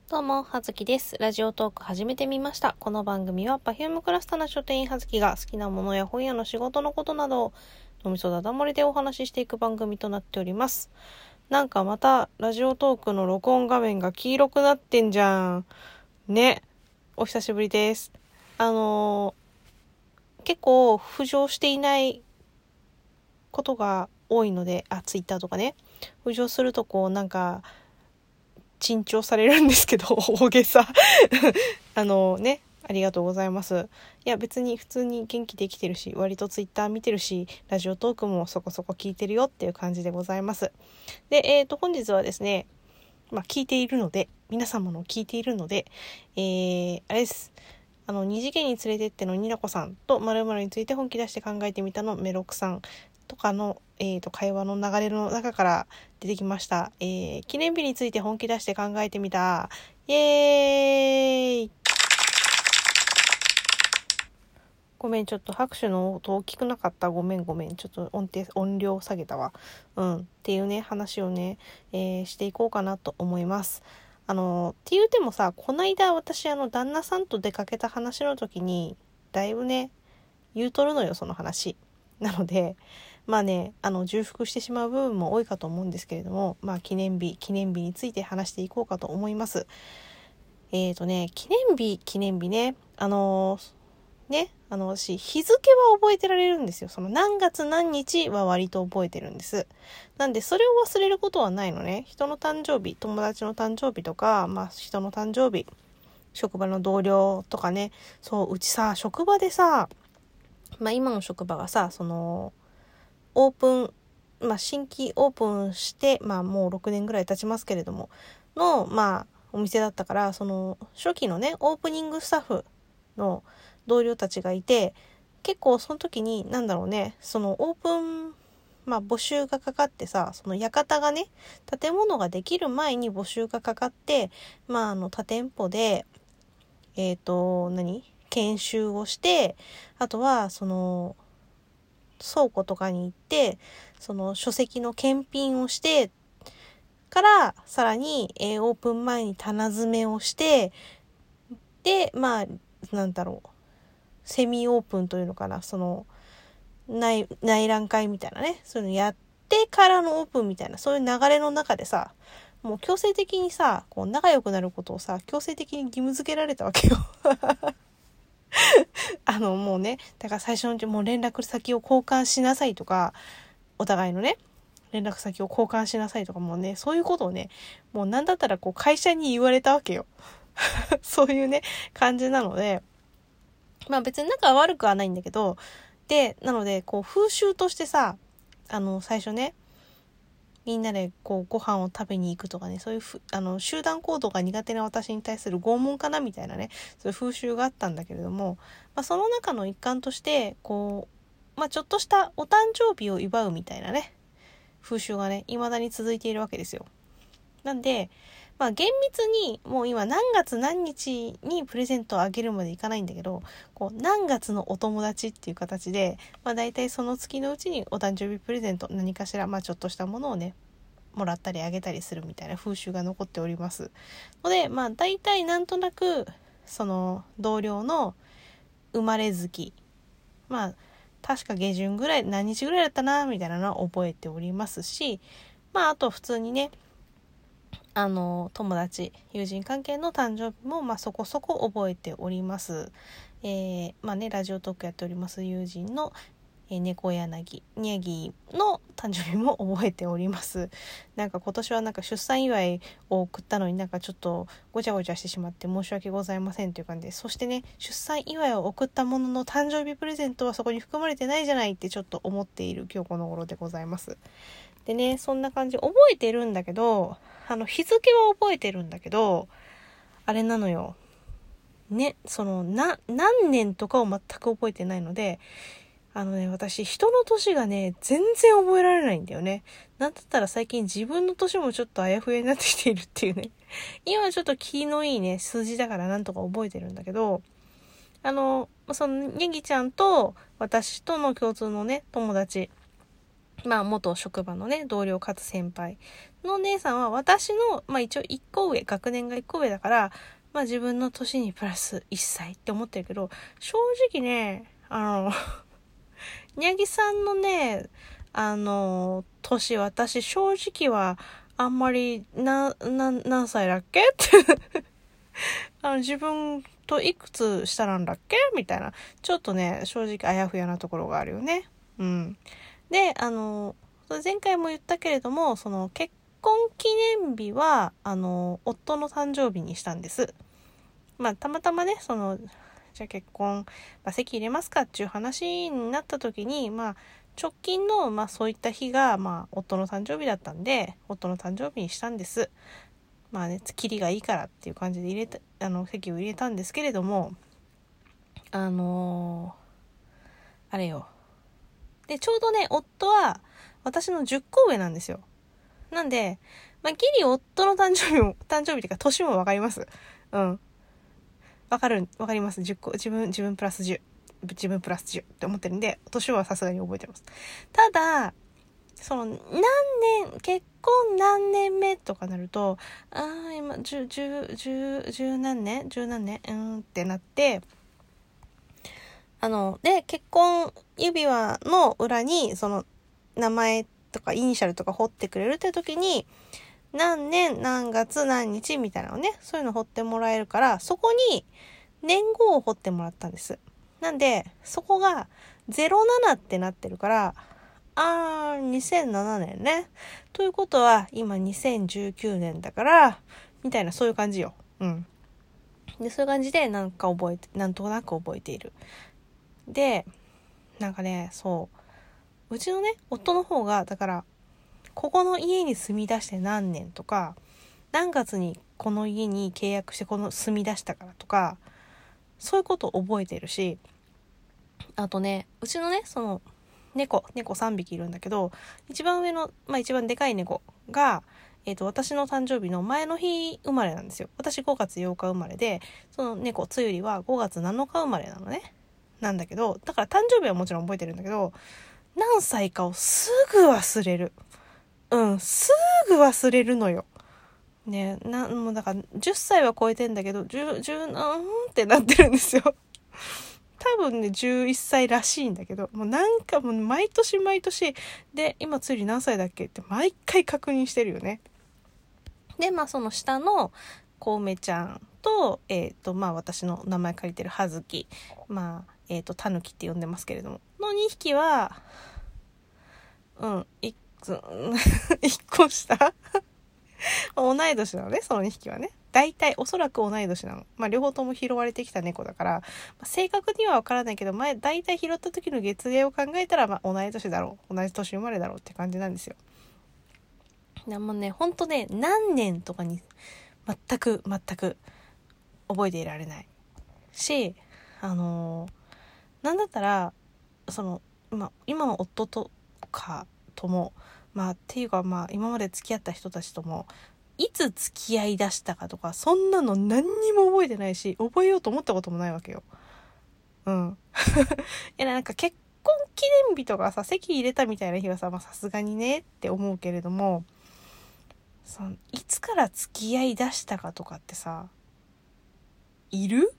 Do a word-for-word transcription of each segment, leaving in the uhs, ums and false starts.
どうも、はずきです。ラジオトーク始めてみました。この番組は Perfume クラスターな書店員はずきが好きなものや本屋の仕事のことなどを脳みそだだ漏れでお話ししていく番組となっております。なんかまたラジオトークの録音画面が黄色くなってんじゃん。ね。お久しぶりです。あのー、結構浮上していないことが多いので、あ、ツイッターとかね。浮上するとこうなんか、珍重されるんですけど、大げさ。あのね、ありがとうございます。いや、別に普通に元気できてるし、割とツイッター見てるし、ラジオトークもそこそこ聞いてるよっていう感じでございます。で、えっと、本日はですね、まあ、聞いているので、皆様の聞いているので、えー、あれです。あの、二次元に連れてってのになこさんと〇〇について本気出して考えてみたのメロクさんとかの、えーと、会話の流れの中から出てきました。えー、記念日について本気出して考えてみた。イエーイ。ごめん、ちょっと拍手の音大きくなかった。ごめんごめん。ちょっと音程、音量下げたわ。うん。っていうね、話をね、えー、していこうかなと思います。あの、って言うてもさ、こないだ私、あの、旦那さんと出かけた話の時に、だいぶね、言うとるのよ、その話。なので、まあね、あの、重複してしまう部分も多いかと思うんですけれども、まあ、記念日、記念日について話していこうかと思います。えーとね、記念日、記念日ね、あのー、ね、あの、私、日付は覚えてられるんですよ。その何月何日は割と覚えてるんです。なんで、それを忘れることはないのね。人の誕生日、友達の誕生日とか、まあ、人の誕生日、職場の同僚とかね。そう、うちさ、職場でさ、まあ今の職場がさ、その、オープン、まあ新規オープンして、まあもうろくねんぐらい経ちますけれども、の、まあお店だったから、その初期のね、オープニングスタッフの同僚たちがいて、結構その時に、なんだろうね、そのオープン、まあ募集がかかってさ、その館がね、建物ができる前に募集がかかって、まああの他店舗で、えっと、何研修をして、あとはその倉庫とかに行ってその書籍の検品をしてからさらに、えー、オープン前に棚詰めをしてでまあなんだろうセミオープンというのかなその内内覧会みたいなねそういうのやってからのオープンみたいなそういう流れの中でさもう強制的にさこう仲良くなることをさ強制的に義務付けられたわけよあのもうねだから最初のうちもう連絡先を交換しなさいとかお互いのね連絡先を交換しなさいとかもうねそういうことをねもうなんだったらこう会社に言われたわけよそういうね感じなのでまあ別に仲悪くはないんだけどでなのでこう風習としてさあの最初ねみんなでこうご飯を食べに行くとかねそういうふあの集団行動が苦手な私に対する拷問かなみたいなねそういう風習があったんだけれども、まあ、その中の一環としてこう、まあ、ちょっとしたお誕生日を祝うみたいなね風習がね未だに続いているわけですよ。なんでまあ厳密にもう今何月何日にプレゼントをあげるまでいかないんだけどこう何月のお友達っていう形でまあ大体その月のうちにお誕生日プレゼント何かしらまあちょっとしたものをねもらったりあげたりするみたいな風習が残っておりますのでまあ大体なんとなくその同僚の生まれ月まあ確か下旬ぐらい何日ぐらいだったなみたいなのは覚えておりますしまああと普通にねあの友達友人関係の誕生日もまあそこそこ覚えております。えー、まあねラジオトークやっております友人の、えー、猫柳にゃぎの誕生日も覚えております。なんか今年はなんか出産祝いを送ったのになんかちょっとごちゃごちゃしてしまって申し訳ございませんという感じでそしてね出産祝いを送ったものの誕生日プレゼントはそこに含まれてないじゃないってちょっと思っている今日この頃でございます。でねそんな感じ覚えてるんだけどあの日付は覚えてるんだけどあれなのよねそのな何年とかを全く覚えてないのであのね私人の年がね全然覚えられないんだよね。なんだったら最近自分の年もちょっとあやふやになってきているっていうね今ちょっと気のいいね数字だからなんとか覚えてるんだけどあのそのネギちゃんと私との共通のね友達まあ元職場のね同僚かつ先輩の姉さんは私の、まあ一応いっこ上、学年がいっこ上だから、まあ自分の年にプラスいっさいって思ってるけど、正直ね、あの、にゃぎさんのね、あの、年、私正直はあんまり、な、な、何歳だっけってあの、自分といくつ下なんだっけみたいな、ちょっとね、正直あやふやなところがあるよね。うん。で、あの、前回も言ったけれども、その結婚記念日は、あの、夫の誕生日にしたんです。まあ、たまたまね、その、じゃあ結婚、まあ、籍入れますかっていう話になった時に、まあ、直近の、まあ、そういった日が、まあ、夫の誕生日だったんで、夫の誕生日にしたんです。まあね、キリがいいからっていう感じで入れた、あの、籍を入れたんですけれども、あのー、あれよ。で、ちょうどね、夫は私のじゅっこ上なんですよ。なんで、まあ、ギリ夫の誕生日も、誕生日というか年もわかります。うん。わかる、わかります。じゅっこ、自分、自分プラスじゅう。自分プラスじゅうって思ってるんで、年はさすがに覚えてます。ただ、その、何年、結婚何年目とかなると、ああ、今、十、十、十、十何年十何年うーんってなって、あの、で、結婚指輪の裏に、その、名前とかイニシャルとか彫ってくれるって時に、何年、何月、何日みたいなのね、そういうの彫ってもらえるから、そこに年号を彫ってもらったんです。なんで、そこがゼロななってなってるから、あー、にせんななねんね。ということは、今にせんじゅうきゅうねんだから、みたいな、そういう感じよ。うん。で、そういう感じで、なんか覚えて、なんとなく覚えている。で、なんかね、そう。うちのね、夫の方が、だから、ここの家に住み出して何年とか、何月にこの家に契約してこの住み出したからとか、そういうことを覚えてるし、あとね、うちのね、その、猫、猫さんびきいるんだけど、一番上の、まあ一番でかい猫が、えっと、私の誕生日の前の日生まれなんですよ。私ごがつようか生まれで、その猫、つゆりはごがつなのか生まれなのね。なんだけど、だから誕生日はもちろん覚えてるんだけど、何歳かをすぐ忘れる。うん、すぐ忘れるのよ。ね、な、もうだからじゅっさいは超えてんだけど、じゅう、じゅう、なんってなってるんですよ。多分ね、じゅういっさいらしいんだけど、もうなんかもう毎年毎年、で、今ついに何歳だっけって毎回確認してるよね。で、まあその下のコウメちゃんと、えっと、まあ私の名前借りてる葉月、まあ、えっと、タヌキって呼んでますけれども、のにひきは、うん、いつ、いっこ下同い年なのね、そのにひきはね。大体、おそらく同い年なの。まあ、両方とも拾われてきた猫だから、まあ、正確にはわからないけど、前、大体拾った時の月齢を考えたら、まあ、同い年だろう。同じ年生まれだろうって感じなんですよ。でもね、ほんとね、何年とかに、全く、全く、覚えていられない。し、あのー、なんだったら、その、まあ、今の夫とかとも、まあ、っていうか、まあ、今まで付き合った人たちとも、いつ付き合い出したかとか、そんなの何にも覚えてないし、覚えようと思ったこともないわけよ。うん。いや、なんか結婚記念日とかさ、籍入れたみたいな日はさ、まあさすがにねって思うけれども、そのいつから付き合い出したかとかってさ、いる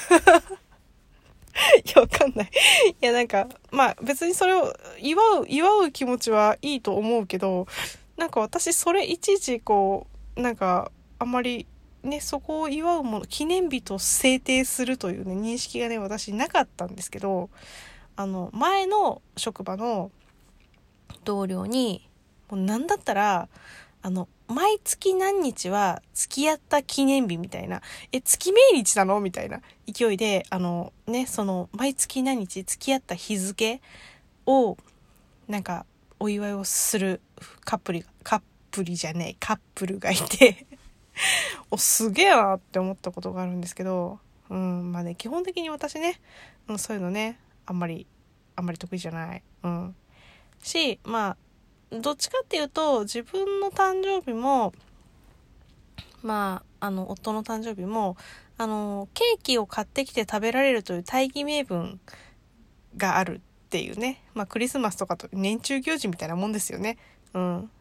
いや、わかんない。いや、なんか、まあ別にそれを祝う、祝う気持ちはいいと思うけど、なんか私それいちいちこう、なんかあんまりね、そこを祝うもの、記念日と制定するというね、認識がね、私なかったんですけど、あの、前の職場の同僚に、もうなんだったら、あの、毎月何日は付き合った記念日みたいな、え、月命日なのみたいな勢いで、あのね、その、毎月何日付き合った日付を、なんか、お祝いをするカップル、カップルじゃねえ、カップルがいて、お、すげえなって思ったことがあるんですけど、うん、まあね、基本的に私ね、うん、そういうのね、あんまり、あんまり得意じゃない。うん。し、まあ、どっちかっていうと、自分の誕生日も、まあ、あの、夫の誕生日も、あの、ケーキを買ってきて食べられるという大義名分があるっていうね。まあ、クリスマスとかと年中行事みたいなもんですよね。うん。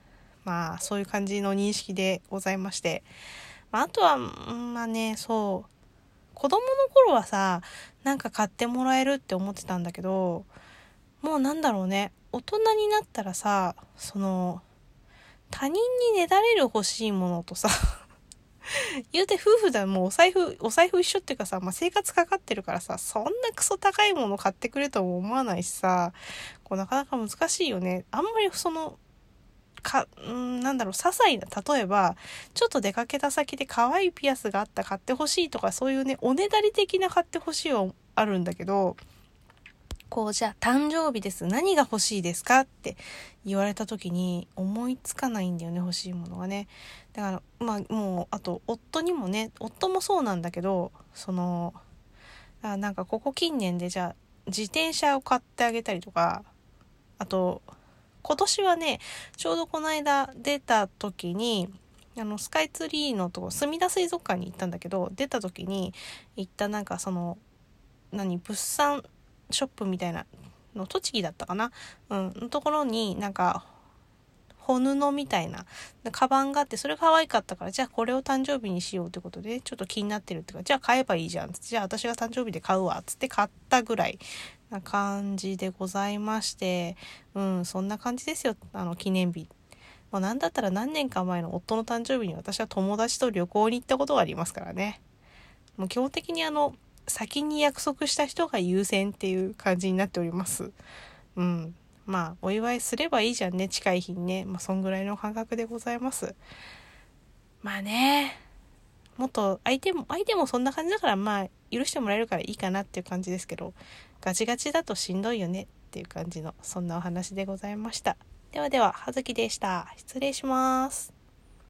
まあそういう感じの認識でございまして、まあ、あとはまあね、そう子供の頃はさ、なんか買ってもらえるって思ってたんだけど、もうなんだろうね、大人になったらさ、その他人にねだれる欲しいものとさ言うて夫婦だ、もうお財布お財布一緒っていうかさ、まあ、生活かかってるからさ、そんなクソ高いもの買ってくれとも思わないしさ、こうなかなか難しいよね。あんまりそのかんなんだろう、些細な、例えばちょっと出かけた先で可愛いピアスがあった買ってほしいとか、そういうねおねだり的な買ってほしいはあるんだけど、こうじゃあ誕生日です何が欲しいですかって言われた時に思いつかないんだよね、欲しいものがね。だからまあもうあと夫にもね、夫もそうなんだけど、そのあなんかここ近年でじゃあ自転車を買ってあげたりとか、あと今年はねちょうどこの間出た時にあのスカイツリーのとこ墨田水族館に行ったんだけど、出た時に行ったなんかその何物産ショップみたいなの、栃木だったかな、うんのところになんか穂布みたいなカバンがあって、それ可愛かったから、じゃあこれを誕生日にしようってことでちょっと気になってるっていうか、じゃあ買えばいいじゃん、じゃあ私が誕生日で買うわっつって買ったぐらいな感じでございまして、うんそんな感じですよ、あの記念日。まあ、なんだったら何年か前の夫の誕生日に私は友達と旅行に行ったことがありますからね。もう基本的にあの先に約束した人が優先っていう感じになっております。うん。まあお祝いすればいいじゃんね、近い日にね。まあそんぐらいの感覚でございます。まあね、もっと相手も相手もそんな感じだから、まあ許してもらえるからいいかなっていう感じですけど、ガチガチだとしんどいよねっていう感じのそんなお話でございました。ではでは、はずきでした。失礼します。